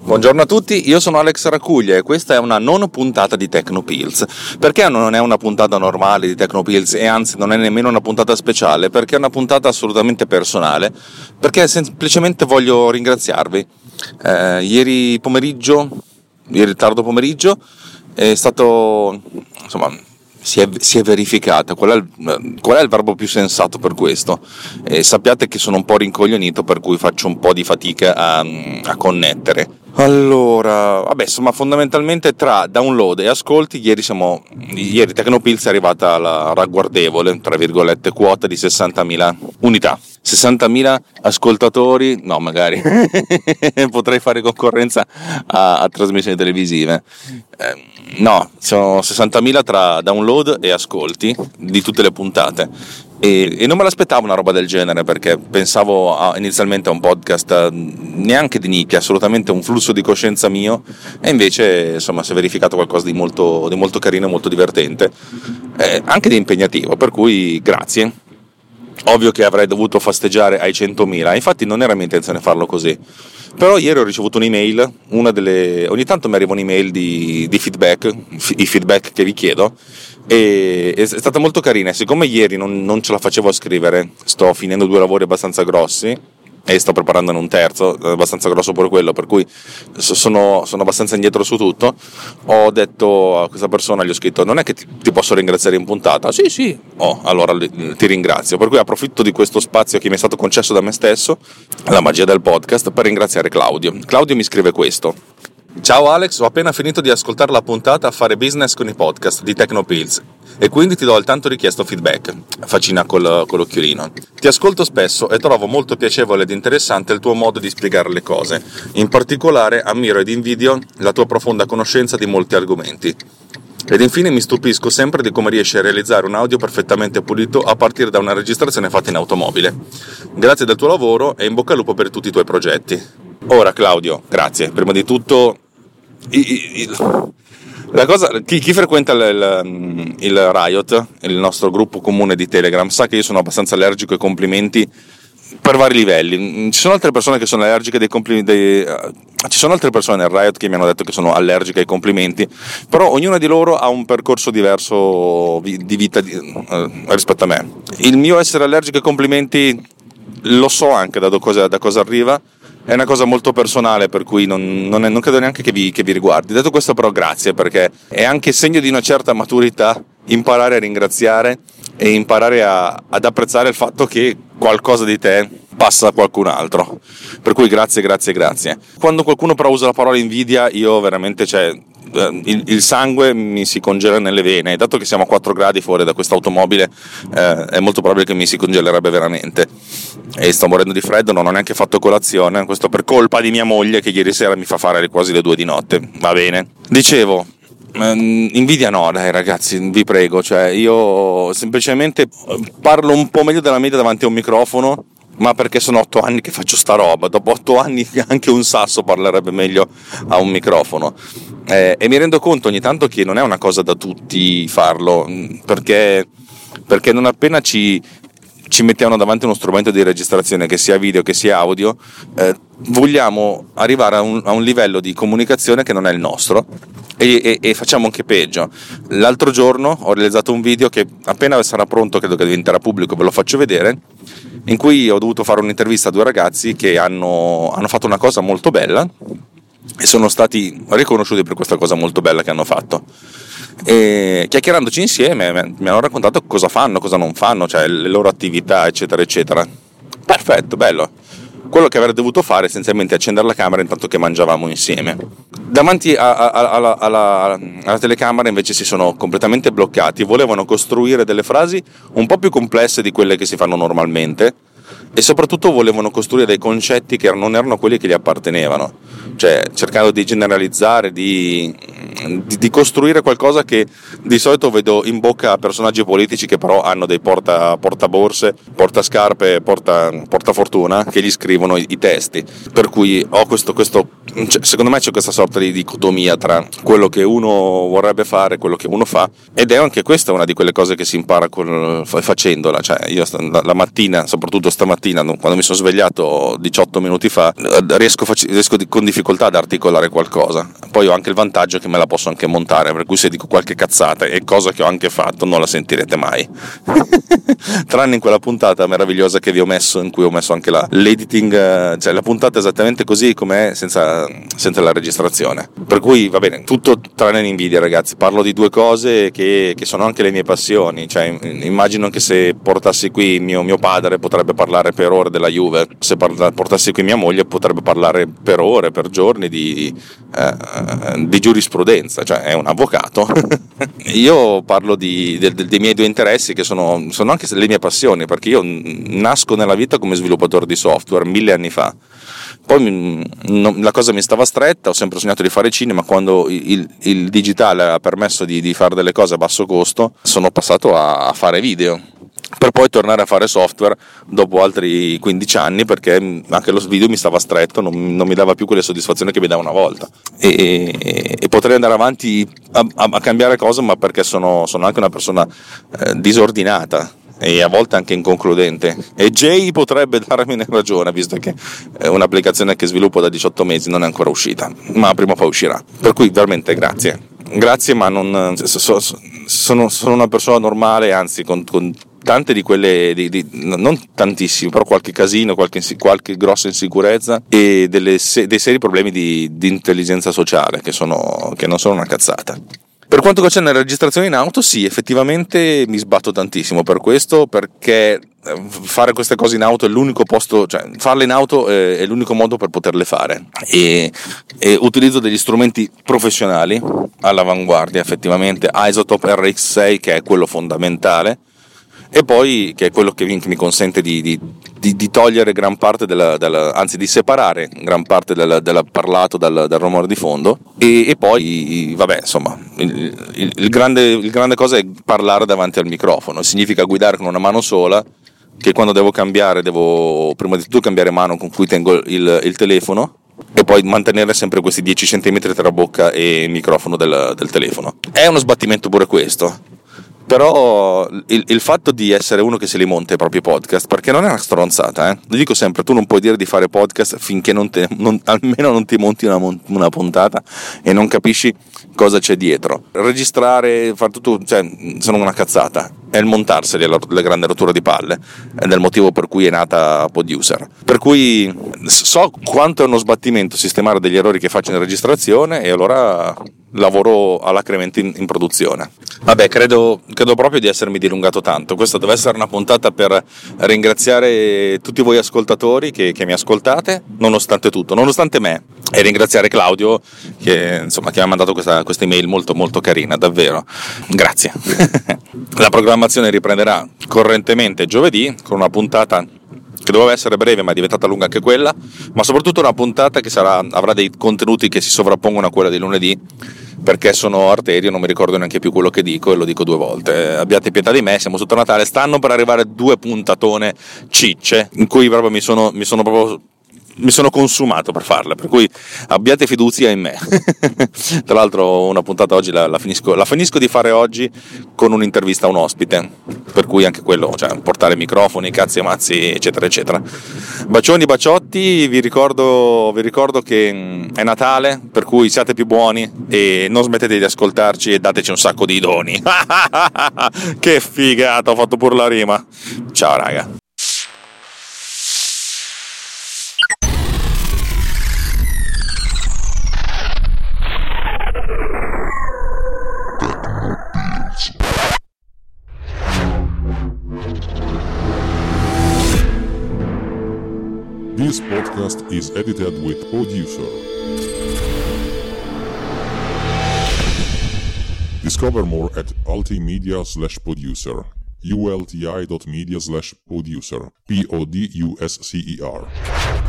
Buongiorno a tutti, io sono Alex Racuglia e questa è una non puntata di Tecnopills. Perché non è una puntata normale di Tecnopills e anzi non è nemmeno una puntata speciale? Perché è una puntata assolutamente personale, perché semplicemente voglio ringraziarvi. Ieri tardo pomeriggio è stato, insomma, si è verificata qual è il verbo più sensato per questo. Sappiate che sono un po' rincoglionito, per cui faccio un po' di fatica a connettere. Allora, insomma, fondamentalmente tra download e ascolti ieri Tecnopills è arrivata alla ragguardevole, tra virgolette, quota di 60.000 unità. 60.000 ascoltatori, no, magari potrei fare concorrenza a trasmissioni televisive. No, sono 60.000 tra download e ascolti di tutte le puntate. E non me l'aspettavo una roba del genere, perché pensavo inizialmente a un podcast neanche di nicchia, assolutamente un flusso di coscienza mio, e invece insomma si è verificato qualcosa di molto carino e molto divertente, anche di impegnativo, per cui grazie. Ovvio che avrei dovuto festeggiare ai 100.000, infatti non era mia intenzione farlo così, però ieri ho ricevuto un'email, ogni tanto mi arriva un'email di feedback, i feedback che vi chiedo, e è stata molto carina. Siccome ieri non ce la facevo a scrivere, sto finendo 2 lavori abbastanza grossi e sto preparandone un terzo abbastanza grosso pure quello, per cui sono abbastanza indietro su tutto. Ho detto a questa persona, gli ho scritto: non è che ti posso ringraziare in puntata? Sì, allora ti ringrazio, per cui approfitto di questo spazio che mi è stato concesso da me stesso, la magia del podcast, per ringraziare Claudio mi scrive questo: ciao Alex, ho appena finito di ascoltare la puntata a fare business con i podcast di Tecnopills e quindi ti do il tanto richiesto feedback. Facina con l'occhiolino. Ti ascolto spesso e trovo molto piacevole ed interessante il tuo modo di spiegare le cose. In particolare ammiro ed invidio la tua profonda conoscenza di molti argomenti. Ed infine mi stupisco sempre di come riesci a realizzare un audio perfettamente pulito a partire da una registrazione fatta in automobile. Grazie del tuo lavoro e in bocca al lupo per tutti i tuoi progetti. Ora Claudio, grazie. Prima di tutto, la cosa, chi frequenta il Riot, il nostro gruppo comune di Telegram, sa che io sono abbastanza allergico ai complimenti per vari livelli. Ci sono altre persone che sono allergiche dei complimenti, ci sono altre persone nel Riot che mi hanno detto che sono allergiche ai complimenti, però ognuna di loro ha un percorso diverso di vita rispetto a me. Il mio essere allergico ai complimenti lo so anche da cosa arriva. È una cosa molto personale, per cui non credo neanche che vi riguardi. Detto questo, però, grazie, perché è anche segno di una certa maturità imparare a ringraziare e imparare ad apprezzare il fatto che qualcosa di te passa a qualcun altro. Per cui grazie. Quando qualcuno però usa la parola invidia, io veramente, il sangue mi si congela nelle vene, e dato che siamo a 4 gradi fuori da questa automobile, è molto probabile che mi si congelerebbe veramente, e sto morendo di freddo. Non ho neanche fatto colazione, questo per colpa di mia moglie, che ieri sera mi fa fare quasi le 2 di notte. Va bene, dicevo, invidia no, dai ragazzi, vi prego, io semplicemente parlo un po' meglio della media davanti a un microfono, ma perché sono 8 anni che faccio sta roba. Dopo 8 anni anche un sasso parlerebbe meglio a un microfono, e mi rendo conto ogni tanto che non è una cosa da tutti farlo, perché non appena ci mettiamo davanti uno strumento di registrazione, che sia video che sia audio, vogliamo arrivare a un livello di comunicazione che non è il nostro, e facciamo anche peggio. L'altro giorno ho realizzato un video che appena sarà pronto, credo che diventerà pubblico, ve lo faccio vedere, in cui ho dovuto fare un'intervista a 2 ragazzi che hanno fatto una cosa molto bella e sono stati riconosciuti per questa cosa molto bella che hanno fatto. E chiacchierandoci insieme mi hanno raccontato cosa fanno, cosa non fanno, le loro attività, eccetera eccetera. Perfetto, bello. Quello che avrei dovuto fare è essenzialmente accendere la camera intanto che mangiavamo insieme. Davanti alla telecamera invece si sono completamente bloccati, volevano costruire delle frasi un po' più complesse di quelle che si fanno normalmente, e soprattutto volevano costruire dei concetti che non erano quelli che gli appartenevano, cercando di generalizzare, di costruire qualcosa che di solito vedo in bocca a personaggi politici che però hanno dei portaborse, portascarpe, portafortuna, che gli scrivono i testi. Per cui ho questo secondo me c'è questa sorta di dicotomia tra quello che uno vorrebbe fare e quello che uno fa, ed è anche questa una di quelle cose che si impara facendola. Cioè io la mattina, soprattutto stamattina, quando mi sono svegliato 18 minuti fa, riesco con difficoltà ad articolare qualcosa. Poi ho anche il vantaggio che me la posso anche montare, per cui se dico qualche cazzata, e cosa che ho anche fatto, non la sentirete mai. Tranne in quella puntata meravigliosa che vi ho messo, in cui ho messo anche l'editing, cioè la puntata esattamente così com'è, senza la registrazione. Per cui va bene, tutto tranne l'invidia, ragazzi. Parlo di due cose che sono anche le mie passioni. Cioè, immagino che se portassi qui mio padre potrebbe parlare per ore della Juve, se portassi qui mia moglie potrebbe parlare per ore, per giorni di giurisprudenza, cioè è un avvocato. Io parlo dei miei due interessi, che sono anche le mie passioni, perché io nasco nella vita come sviluppatore di software 1000 anni fa. Poi la cosa mi stava stretta, ho sempre sognato di fare cinema. Quando il digitale ha permesso di fare delle cose a basso costo, sono passato a fare video, per poi tornare a fare software dopo altri 15 anni, perché anche lo video mi stava stretto, non mi dava più quelle soddisfazioni che mi dava una volta, e potrei andare avanti a cambiare cose, ma perché sono anche una persona disordinata e a volte anche inconcludente, e Jay potrebbe darmene ragione, visto che è un'applicazione che sviluppo da 18 mesi, non è ancora uscita, ma prima o poi uscirà. Per cui veramente grazie, ma non sono una persona normale, anzi con tante di quelle non tantissime, però qualche casino, qualche grossa insicurezza e dei seri problemi di intelligenza sociale che non sono una cazzata. Per quanto concerne la registrazione in auto, sì, effettivamente mi sbatto tantissimo per questo, perché fare queste cose in auto è l'unico posto, cioè farle in auto è l'unico modo per poterle fare, e utilizzo degli strumenti professionali all'avanguardia, effettivamente, Isotope RX6, che è quello fondamentale, e poi che è quello che mi consente di togliere gran parte anzi di separare gran parte del parlato dal rumore di fondo, e poi vabbè, insomma, il grande cosa è parlare davanti al microfono. Significa guidare con una mano sola, che quando devo cambiare devo prima di tutto cambiare mano con cui tengo il telefono, e poi mantenere sempre questi 10 cm tra bocca e il microfono del telefono. È uno sbattimento pure questo. Però il fatto di essere uno che se li monta i propri podcast, perché non è una stronzata, lo dico sempre, tu non puoi dire di fare podcast finché almeno non ti monti una puntata e non capisci cosa c'è dietro. Registrare, fare tutto, cioè, sono una cazzata. È il montarseli la grande rottura di palle, ed è il motivo per cui è nata Poduser. Per cui so quanto è uno sbattimento sistemare degli errori che faccio in registrazione, e allora lavoro alacremente in produzione. Vabbè, credo proprio di essermi dilungato tanto. Questa deve essere una puntata per ringraziare tutti voi ascoltatori che mi ascoltate, nonostante tutto, nonostante me, e ringraziare Claudio che mi ha mandato questa email molto molto carina, davvero. Grazie. La programmazione riprenderà correntemente giovedì con una puntata che doveva essere breve ma è diventata lunga anche quella, ma soprattutto una puntata che avrà dei contenuti che si sovrappongono a quella di lunedì, perché sono arterio, non mi ricordo neanche più quello che dico e lo dico 2 volte. Abbiate pietà di me, siamo sotto Natale, stanno per arrivare 2 puntatone cicce in cui proprio mi sono consumato per farle, per cui abbiate fiducia in me. Tra l'altro una puntata oggi la finisco di fare oggi con un'intervista a un ospite, per cui anche quello, cioè portare microfoni, cazzi e mazzi, eccetera eccetera. Bacioni, baciotti, vi ricordo che è Natale, per cui siate più buoni e non smettete di ascoltarci e dateci un sacco di doni. Che figata, ho fatto pure la rima. Ciao raga. This podcast is edited with Poduser. Discover more at ultimedia/Poduser. ulti.media/Poduser. Poduser.